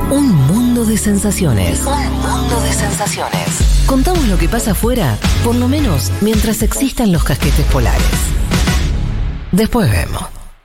Un mundo de sensaciones. Un mundo de sensaciones. Contamos lo que pasa afuera, por lo menos mientras existan los casquetes polares. Después vemos.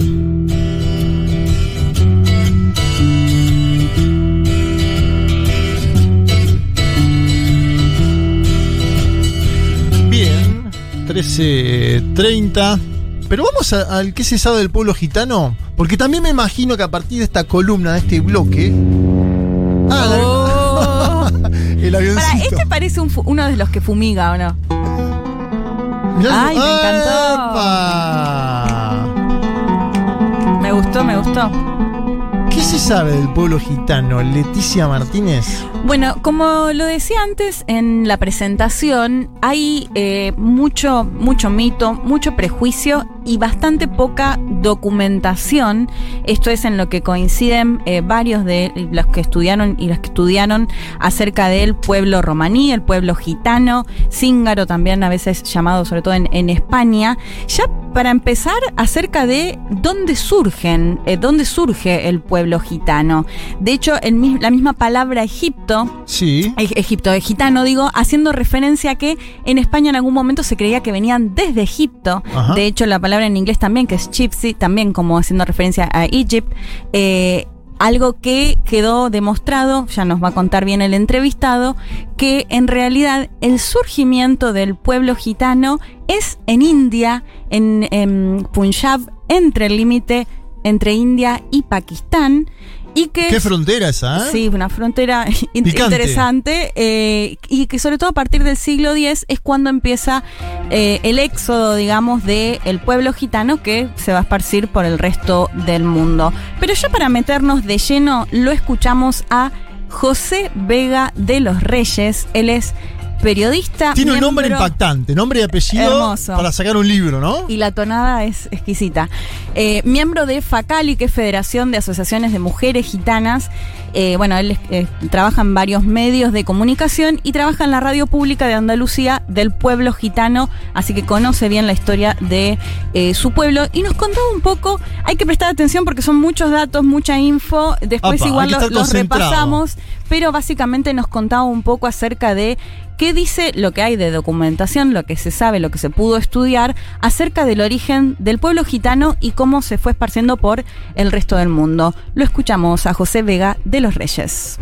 Bien, 13:30. Pero vamos al qué se sabe del pueblo gitano, porque también me imagino que a partir de esta columna, de este bloque... el avioncito. Para, este parece uno de los que fumiga, ¿o no? Mirá, ¡ay, me encantó! ¡Epa! Me gustó. ¿Qué se sabe del pueblo gitano, Leticia Martínez? Bueno, como lo decía antes en la presentación, hay mucho mito, mucho prejuicio y bastante poca documentación. Esto es en lo que coinciden varios de los que estudiaron y las que estudiaron acerca del pueblo romaní, el pueblo gitano, cíngaro también a veces llamado, sobre todo en España. Ya para empezar, acerca de dónde surge el pueblo gitano. De hecho, la misma palabra Egipto, sí. Egipto, gitano, digo, haciendo referencia a que en España en algún momento se creía que venían desde Egipto. Ajá. De hecho, la palabra en inglés también, que es gypsy, también como haciendo referencia a Egypt. Algo que quedó demostrado, ya nos va a contar bien el entrevistado, que en realidad el surgimiento del pueblo gitano es en India, en Punjab, entre el límite entre India y Pakistán. Y que ¿qué frontera esa? Sí, una frontera interesante, y que sobre todo a partir del siglo X es cuando empieza el éxodo, digamos, del pueblo gitano que se va a esparcir por el resto del mundo. Pero ya para meternos de lleno, lo escuchamos a José Vega de los Reyes. Él es periodista. Tiene un nombre impactante, nombre y apellido hermoso, para sacar un libro, ¿no? Y la tonada es exquisita. Miembro de FACALI, que es Federación de Asociaciones de Mujeres Gitanas. Bueno, él trabaja en varios medios de comunicación y trabaja en la radio pública de Andalucía del pueblo gitano, así que conoce bien la historia de su pueblo. Y nos contaba un poco, hay que prestar atención porque son muchos datos, mucha info, después igual los repasamos, pero básicamente nos contaba un poco acerca de qué dice lo que hay de documentación, lo que se sabe, lo que se pudo estudiar acerca del origen del pueblo gitano y cómo se fue esparciendo por el resto del mundo. Lo escuchamos a José Vega de los Reyes.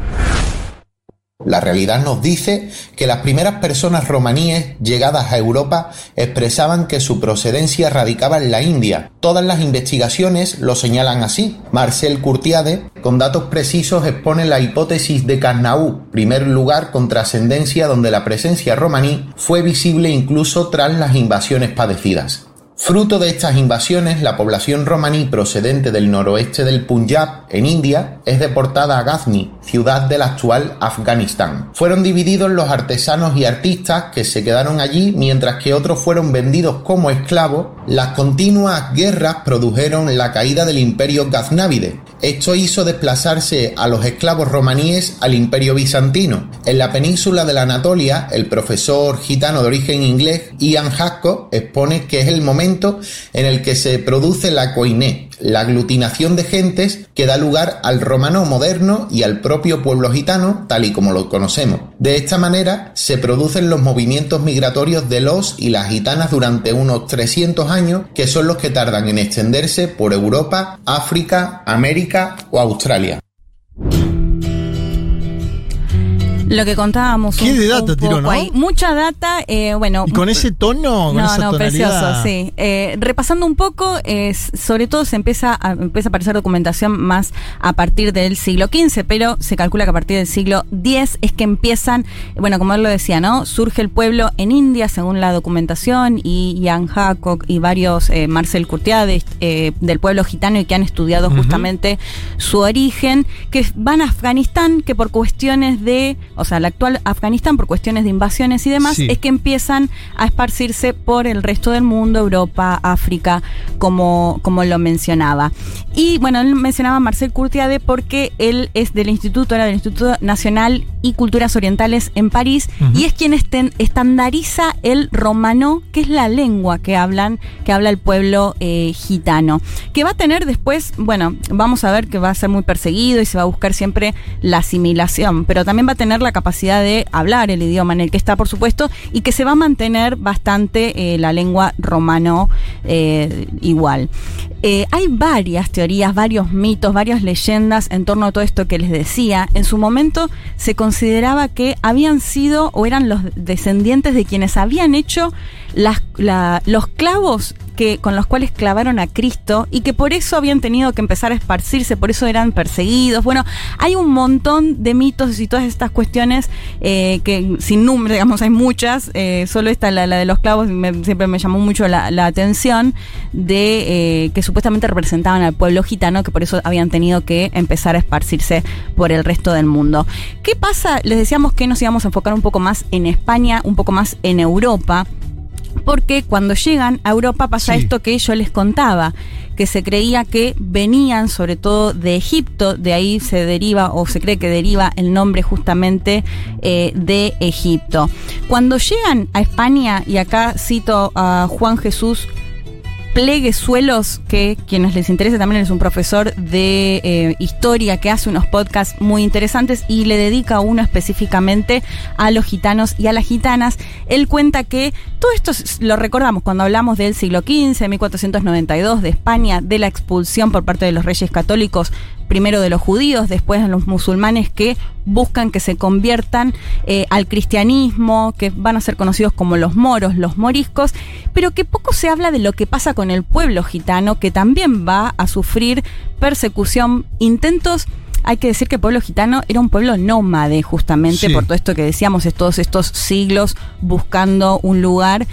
La realidad nos dice que las primeras personas romaníes llegadas a Europa expresaban que su procedencia radicaba en la India. Todas las investigaciones lo señalan así. Marcel Courtiade, con datos precisos, expone la hipótesis de Carnaú, primer lugar con trascendencia donde la presencia romaní fue visible incluso tras las invasiones padecidas. Fruto de estas invasiones, la población romaní procedente del noroeste del Punjab, en India, es deportada a Ghazni, ciudad del actual Afganistán. Fueron divididos los artesanos y artistas que se quedaron allí, mientras que otros fueron vendidos como esclavos. Las continuas guerras produjeron la caída del imperio gaznávide. Esto hizo desplazarse a los esclavos romaníes al imperio bizantino. En la península de la Anatolia, el profesor gitano de origen inglés Ian Hascock expone que es el momento en el que se produce la koiné, la aglutinación de gentes que da lugar al romano moderno y al propio pueblo gitano, tal y como lo conocemos. De esta manera se producen los movimientos migratorios de los y las gitanas durante unos 300 años, que son los que tardan en extenderse por Europa, África, América o Australia. Lo que contábamos. ¿Qué de data tiró, no? Ahí. Mucha data, bueno. ¿Y con ese tono? ¿Con esa tonalidad? Precioso, sí. Repasando un poco, sobre todo se empieza a aparecer documentación más a partir del siglo XV, pero se calcula que a partir del siglo X es que empiezan, bueno, como él lo decía, ¿no? Surge el pueblo en India, según la documentación, y Ian Hascock y varios, Marcel Courtiade, del pueblo gitano y que han estudiado justamente su origen, que van a Afganistán, que por cuestiones de o sea, el actual Afganistán, por cuestiones de invasiones y demás, es que empiezan a esparcirse por el resto del mundo, Europa, África, como lo mencionaba. Y bueno, él mencionaba a Marcel Courtiade porque él es era del Instituto Nacional y Culturas Orientales en París, y es quien estandariza el romano, que es la lengua que habla el pueblo gitano, que va a tener después, bueno, vamos a ver que va a ser muy perseguido y se va a buscar siempre la asimilación, pero también va a tener la capacidad de hablar el idioma en el que está, por supuesto, y que se va a mantener bastante la lengua romano igual. Hay varias teorías, varios mitos, varias leyendas en torno a todo esto que les decía. En su momento se consideraba que habían sido o eran los descendientes de quienes habían hecho los clavos con los cuales clavaron a Cristo, y que por eso habían tenido que empezar a esparcirse, por eso eran perseguidos. Bueno, hay un montón de mitos y todas estas cuestiones que sin número, digamos, hay muchas. Solo esta, la de los clavos, siempre me llamó mucho la atención, de que supuestamente representaban al pueblo gitano, que por eso habían tenido que empezar a esparcirse por el resto del mundo. ¿Qué pasa? Les decíamos que nos íbamos a enfocar un poco más en España, un poco más en Europa, porque cuando llegan a Europa pasa esto que yo les contaba, que se creía que venían sobre todo de Egipto, de ahí se deriva o se cree que deriva el nombre justamente de Egipto. Cuando llegan a España, y acá cito a Juan Jesús Pleguezuelos, que quienes les interese también es un profesor de historia que hace unos podcasts muy interesantes y le dedica uno específicamente a los gitanos y a las gitanas. Él cuenta que todo esto lo recordamos cuando hablamos del siglo XV, 1492, de España, de la expulsión por parte de los reyes católicos, primero de los judíos, después de los musulmanes que buscan que se conviertan al cristianismo, que van a ser conocidos como los moros, los moriscos, pero que poco se habla de lo que pasa con el pueblo gitano, que también va a sufrir persecución, intentos. Hay que decir que el pueblo gitano era un pueblo nómade, justamente por todo esto que decíamos, todos estos siglos buscando un lugar.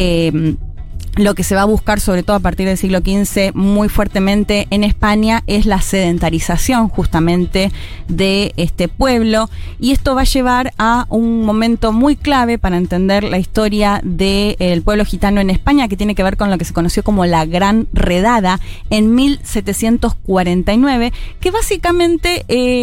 Lo que se va a buscar, sobre todo a partir del siglo XV, muy fuertemente en España, es la sedentarización justamente de este pueblo, y esto va a llevar a un momento muy clave para entender la historia del pueblo gitano en España, que tiene que ver con lo que se conoció como la Gran Redada en 1749, que básicamente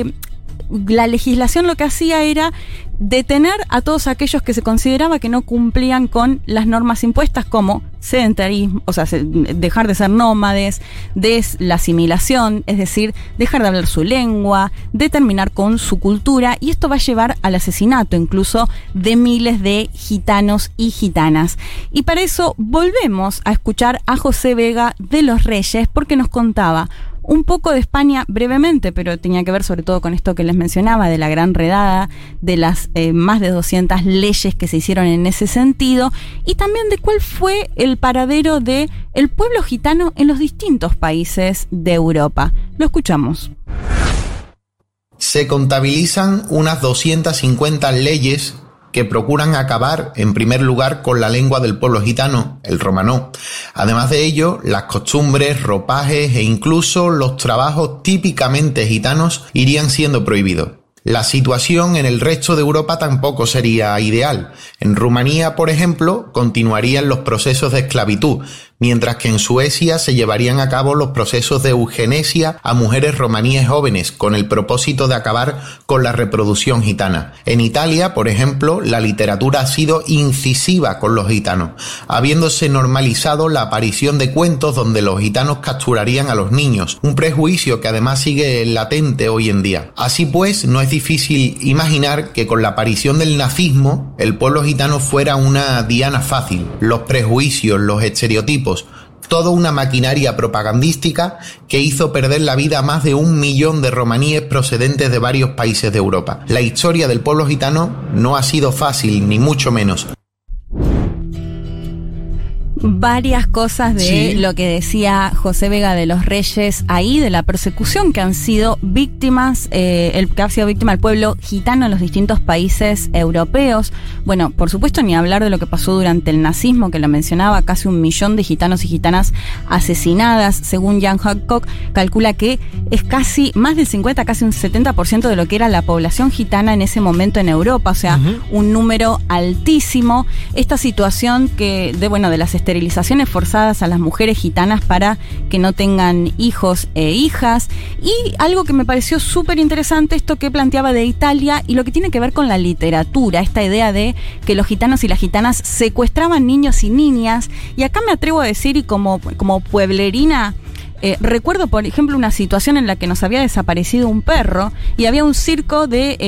la legislación lo que hacía era detener a todos aquellos que se consideraba que no cumplían con las normas impuestas, como sedentarismo, o sea, dejar de ser nómades, de la asimilación, es decir, dejar de hablar su lengua, de terminar con su cultura, y esto va a llevar al asesinato incluso de miles de gitanos y gitanas. Y para eso volvemos a escuchar a José Vega de los Reyes, porque nos contaba un poco de España brevemente, pero tenía que ver sobre todo con esto que les mencionaba, de la Gran Redada, de las más de 200 leyes que se hicieron en ese sentido, y también de cuál fue el paradero de el pueblo gitano en los distintos países de Europa. Lo escuchamos. Se contabilizan unas 250 leyes que procuran acabar, en primer lugar, con la lengua del pueblo gitano, el romanó. Además de ello, las costumbres, ropajes e incluso los trabajos típicamente gitanos irían siendo prohibidos. La situación en el resto de Europa tampoco sería ideal. En Rumanía, por ejemplo, continuarían los procesos de esclavitud, mientras que en Suecia se llevarían a cabo los procesos de eugenesia a mujeres romaníes jóvenes, con el propósito de acabar con la reproducción gitana. En Italia, por ejemplo, la literatura ha sido incisiva con los gitanos, habiéndose normalizado la aparición de cuentos donde los gitanos capturarían a los niños, un prejuicio que además sigue latente hoy en día. Así pues, no es difícil imaginar que con la aparición del nazismo, el pueblo gitano fuera una diana fácil. Los prejuicios, los estereotipos, toda una maquinaria propagandística que hizo perder la vida a más de 1 millón de romaníes procedentes de varios países de Europa. La historia del pueblo gitano no ha sido fácil, ni mucho menos. varias cosas de lo que decía José Vega de los Reyes ahí, de la persecución que han sido víctimas, que ha sido víctima el pueblo gitano en los distintos países europeos. Bueno, por supuesto, ni hablar de lo que pasó durante el nazismo, que lo mencionaba, casi 1 millón de gitanos y gitanas asesinadas. Según Jan Hancock, calcula que es casi más del 50, casi un 70% de lo que era la población gitana en ese momento en Europa, o sea, un número altísimo. Esta situación de las esterilizaciones forzadas a las mujeres gitanas para que no tengan hijos e hijas, y algo que me pareció súper interesante, esto que planteaba de Italia y lo que tiene que ver con la literatura, esta idea de que los gitanos y las gitanas secuestraban niños y niñas, y acá me atrevo a decir, y como pueblerina, recuerdo, por ejemplo, una situación en la que nos había desaparecido un perro y había un circo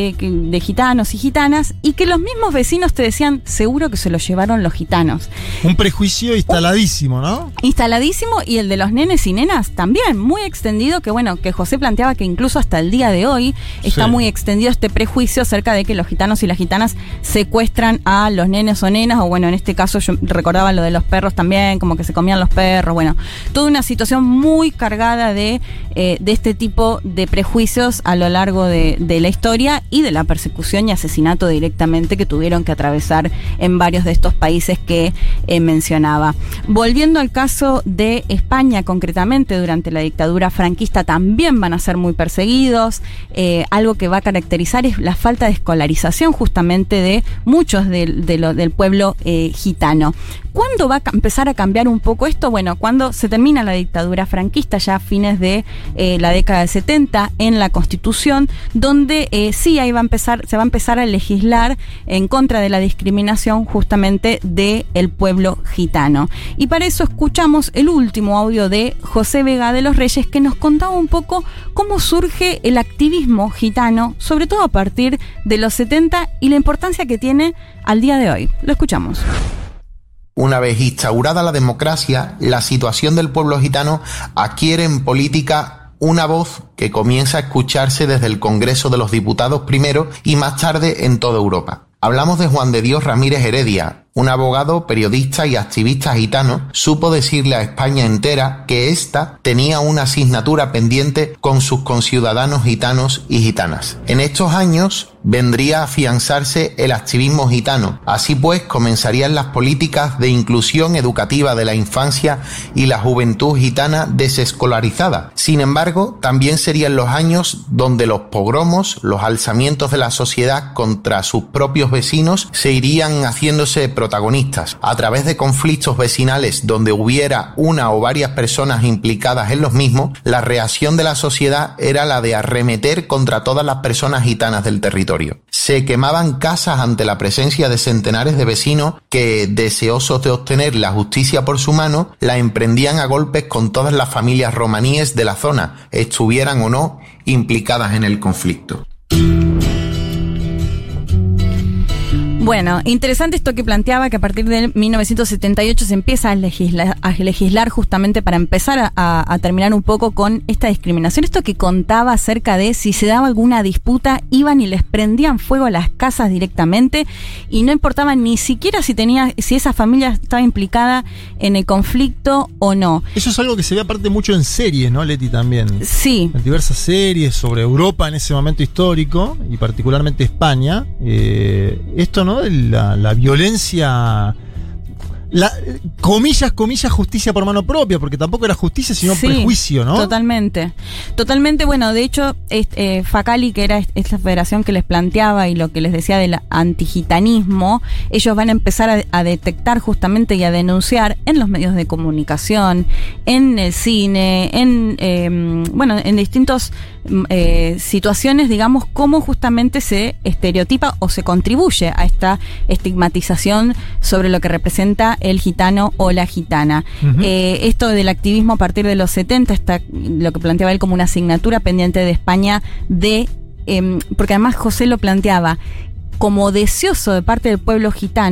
de gitanos y gitanas, y que los mismos vecinos te decían, seguro que se lo llevaron los gitanos. Un prejuicio instaladísimo, ¿no? Instaladísimo, y el de los nenes y nenas también, muy extendido, que José planteaba que incluso hasta el día de hoy está muy extendido este prejuicio acerca de que los gitanos y las gitanas secuestran a los nenes o nenas, o bueno, en este caso yo recordaba lo de los perros también, como que se comían los perros, bueno, toda una situación muy cargada de este tipo de prejuicios a lo largo de la historia y de la persecución y asesinato directamente que tuvieron que atravesar en varios de estos países que mencionaba. Volviendo al caso de España, concretamente, durante la dictadura franquista también van a ser muy perseguidos. Algo que va a caracterizar es la falta de escolarización justamente de muchos del pueblo gitano. ¿Cuándo va a empezar a cambiar un poco esto? Bueno, cuando se termina la dictadura franquista, ya a fines de la década del 70, en la Constitución, donde se va a empezar a legislar en contra de la discriminación justamente del pueblo gitano. Y para eso escuchamos el último audio de José Vega de los Reyes, que nos contaba un poco cómo surge el activismo gitano, sobre todo a partir de los 70, y la importancia que tiene al día de hoy. Lo escuchamos. Una vez instaurada la democracia, la situación del pueblo gitano adquiere en política una voz que comienza a escucharse desde el Congreso de los Diputados primero y más tarde en toda Europa. Hablamos de Juan de Dios Ramírez Heredia. Un abogado, periodista y activista gitano supo decirle a España entera que ésta tenía una asignatura pendiente con sus conciudadanos gitanos y gitanas. En estos años vendría a afianzarse el activismo gitano. Así pues, comenzarían las políticas de inclusión educativa de la infancia y la juventud gitana desescolarizada. Sin embargo, también serían los años donde los pogromos, los alzamientos de la sociedad contra sus propios vecinos se irían haciéndose protagonistas. A través de conflictos vecinales donde hubiera una o varias personas implicadas en los mismos, la reacción de la sociedad era la de arremeter contra todas las personas gitanas del territorio. Se quemaban casas ante la presencia de centenares de vecinos que, deseosos de obtener la justicia por su mano, la emprendían a golpes con todas las familias romaníes de la zona, estuvieran o no implicadas en el conflicto. Bueno, interesante esto que planteaba, que a partir de 1978 se empieza a legislar justamente para empezar a terminar un poco con esta discriminación. Esto que contaba acerca de si se daba alguna disputa, iban y les prendían fuego a las casas directamente y no importaba ni siquiera si esa familia estaba implicada en el conflicto o no. Eso es algo que se ve aparte mucho en series, ¿no, Leti? También. Sí. En diversas series sobre Europa en ese momento histórico y particularmente España. Esto, ¿no? La violencia, comillas, justicia por mano propia, porque tampoco era justicia, sino prejuicio, ¿no? Totalmente. Bueno, de hecho, Facali, que era esta federación que les planteaba y lo que les decía del antigitanismo, ellos van a empezar a detectar justamente y a denunciar en los medios de comunicación, en el cine, en distintos situaciones, digamos, cómo justamente se estereotipa o se contribuye a esta estigmatización sobre lo que representa el gitano o la gitana. Esto del activismo a partir de los 70 está lo que planteaba él como una asignatura pendiente de España porque además José lo planteaba como deseoso de parte del pueblo gitano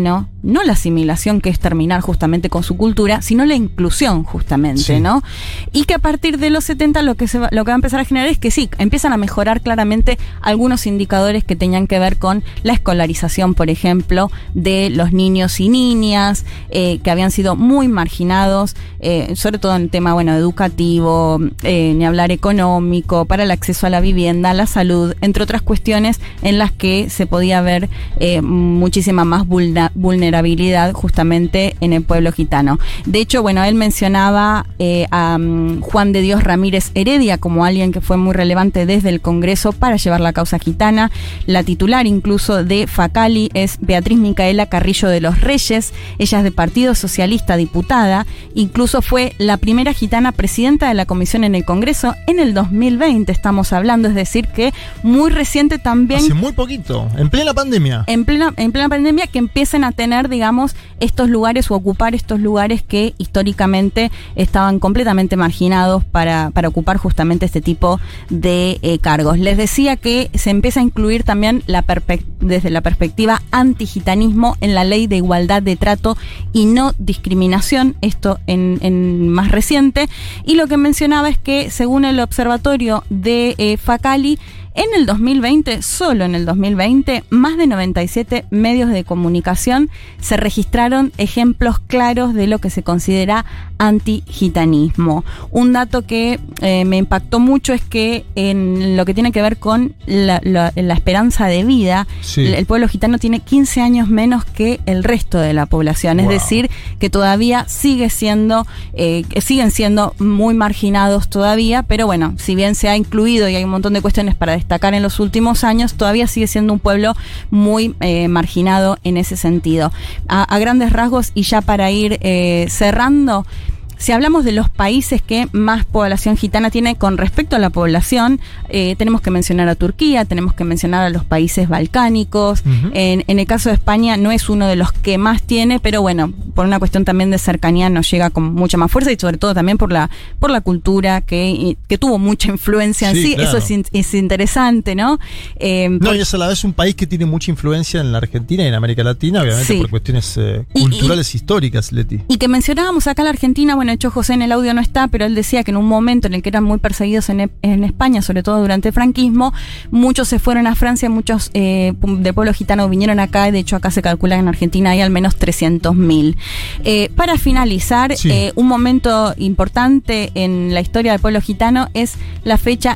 no la asimilación, que es terminar justamente con su cultura, sino la inclusión justamente, Sí. ¿no? Y que a partir de los 70 lo que va a empezar a generar es que sí, empiezan a mejorar claramente algunos indicadores que tenían que ver con la escolarización, por ejemplo, de los niños y niñas, que habían sido muy marginados, sobre todo en el tema, bueno, educativo, ni hablar económico, para el acceso a la vivienda, la salud, entre otras cuestiones en las que se podía ver muchísima más vulnerabilidad justamente en el pueblo gitano. De hecho, bueno, él mencionaba a Juan de Dios Ramírez Heredia como alguien que fue muy relevante desde el Congreso para llevar la causa gitana. La titular incluso de Facali es Beatriz Micaela Carrillo de los Reyes. Ella es de Partido Socialista, diputada. Incluso fue la primera gitana presidenta de la comisión en el Congreso en el 2020, estamos hablando, es decir que muy reciente también. Hace muy poquito, en plena pandemia. En plena pandemia, que empiecen a tener, digamos, estos lugares o ocupar estos lugares que históricamente estaban completamente marginados para ocupar justamente este tipo de cargos. Les decía que se empieza a incluir también desde la perspectiva antigitanismo en la ley de igualdad de trato y no discriminación, esto en más reciente, y lo que mencionaba es que según el observatorio de Facali, en el 2020, solo en el 2020, más de 97 medios de comunicación se registraron ejemplos claros de lo que se considera antigitanismo. Un dato que me impactó mucho es que en lo que tiene que ver con la esperanza de vida, Sí. el pueblo gitano tiene 15 años menos que el resto de la población. Wow. Es decir, que todavía siguen siendo muy marginados todavía, pero bueno, si bien se ha incluido y hay un montón de cuestiones para destacar en los últimos años, todavía sigue siendo un pueblo muy marginado en ese sentido. A grandes rasgos, y ya para ir cerrando, si hablamos de los países que más población gitana tiene con respecto a la población, tenemos que mencionar a Turquía, tenemos que mencionar a los países balcánicos. Uh-huh. En el caso de España no es uno de los que más tiene, pero bueno, por una cuestión también de cercanía nos llega con mucha más fuerza y sobre todo también por la cultura que tuvo mucha influencia en sí. Claro. Eso es interesante, ¿no? No, y es a la vez un país que tiene mucha influencia en la Argentina y en América Latina, obviamente Sí. por cuestiones culturales históricas, Leti. Y que mencionábamos acá en la Argentina, bueno, de hecho José en el audio no está, pero él decía que en un momento en el que eran muy perseguidos en España, sobre todo durante el franquismo, muchos se fueron a Francia, muchos de pueblo gitano vinieron acá, y de hecho acá se calcula que en Argentina hay al menos 300.000. Para finalizar, Sí. Un momento importante en la historia del pueblo gitano es la fecha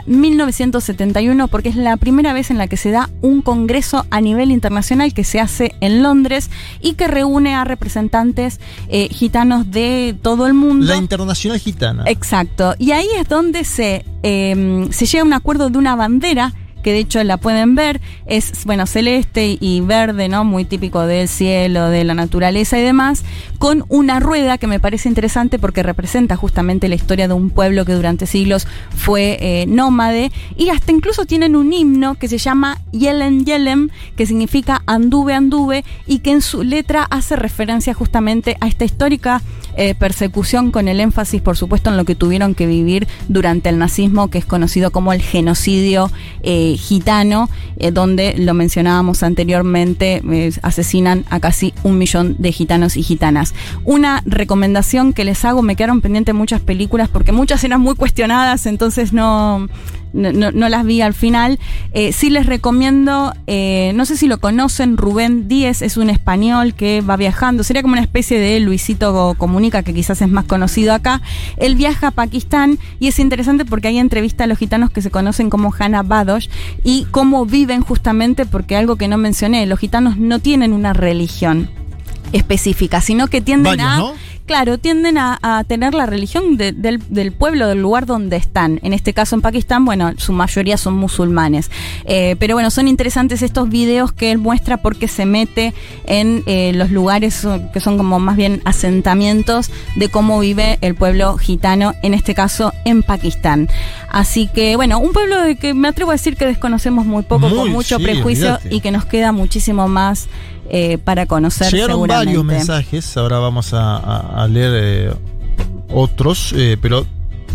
1971, porque es la primera vez en la que se da un congreso a nivel internacional que se hace en Londres y que reúne a representantes gitanos de todo el mundo. La Internacional Gitana. Exacto. Y ahí es donde se llega a un acuerdo de una bandera, que de hecho la pueden ver, es, bueno, celeste y verde, ¿no? Muy típico del cielo, de la naturaleza y demás, con una rueda que me parece interesante porque representa justamente la historia de un pueblo que durante siglos fue nómade, y hasta incluso tienen un himno que se llama Yelem Yelem, que significa anduve, anduve, y que en su letra hace referencia justamente a esta histórica persecución, con el énfasis, por supuesto, en lo que tuvieron que vivir durante el nazismo, que es conocido como el genocidio gitano, donde lo mencionábamos anteriormente, asesinan a casi 1 millón de gitanos y gitanas. Una recomendación que les hago, me quedaron pendientes muchas películas porque muchas eran muy cuestionadas, entonces no las vi al final. Sí les recomiendo, no sé si lo conocen, Rubén Díez es un español que va viajando, sería como una especie de Luisito Comunica, que quizás es más conocido acá. Él viaja a Pakistán y es interesante porque hay entrevista a los gitanos que se conocen como Hana Badosh y cómo viven justamente, porque algo que no mencioné, los gitanos no tienen una religión específica, sino que tienden ¿no? Claro, tienden a tener la religión del pueblo, del lugar donde están. En este caso en Pakistán, bueno, su mayoría son musulmanes. Pero bueno, son interesantes estos videos que él muestra porque se mete en los lugares que son como más bien asentamientos de cómo vive el pueblo gitano, en este caso en Pakistán. Así que bueno, un pueblo de que me atrevo a decir que desconocemos muy poco, con mucho prejuicio, olvídate. y que nos queda muchísimo más para conocer. Llegaron seguramente varios mensajes, ahora vamos a leer otros, pero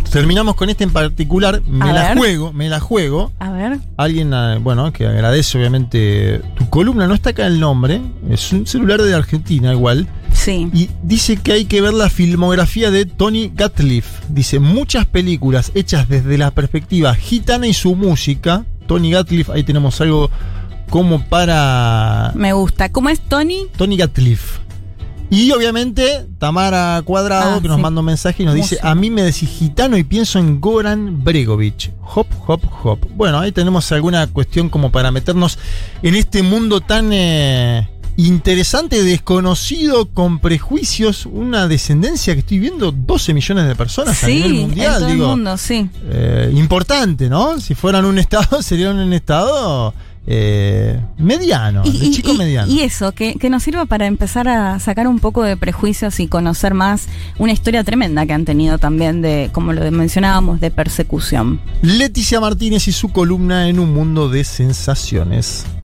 terminamos con este en particular. Me la juego. A ver. Alguien, bueno, que agradece obviamente tu columna. No está acá el nombre. Es un celular de Argentina igual. Sí. Y dice que hay que ver la filmografía de Tony Gatliff. Dice, muchas películas hechas desde la perspectiva gitana y su música. Tony Gatliff, ahí tenemos algo como para... Me gusta. ¿Cómo es Tony? Tony Gatliff. Y obviamente Tamara Cuadrado, que nos manda un mensaje y nos dice, a mí me decís gitano y pienso en Goran Bregovic. Hop, hop, hop. Bueno, ahí tenemos alguna cuestión como para meternos en este mundo tan interesante, desconocido, con prejuicios, una descendencia que estoy viendo, 12 millones de personas a nivel mundial. En todo el mundo, sí. Importante, ¿no? Si fueran un estado, serían un estado... mediano, de chico mediano. Y eso, que nos sirva para empezar a sacar un poco de prejuicios y conocer más una historia tremenda que han tenido también de, como lo mencionábamos, de persecución. Leticia Martínez y su columna En un mundo de sensaciones.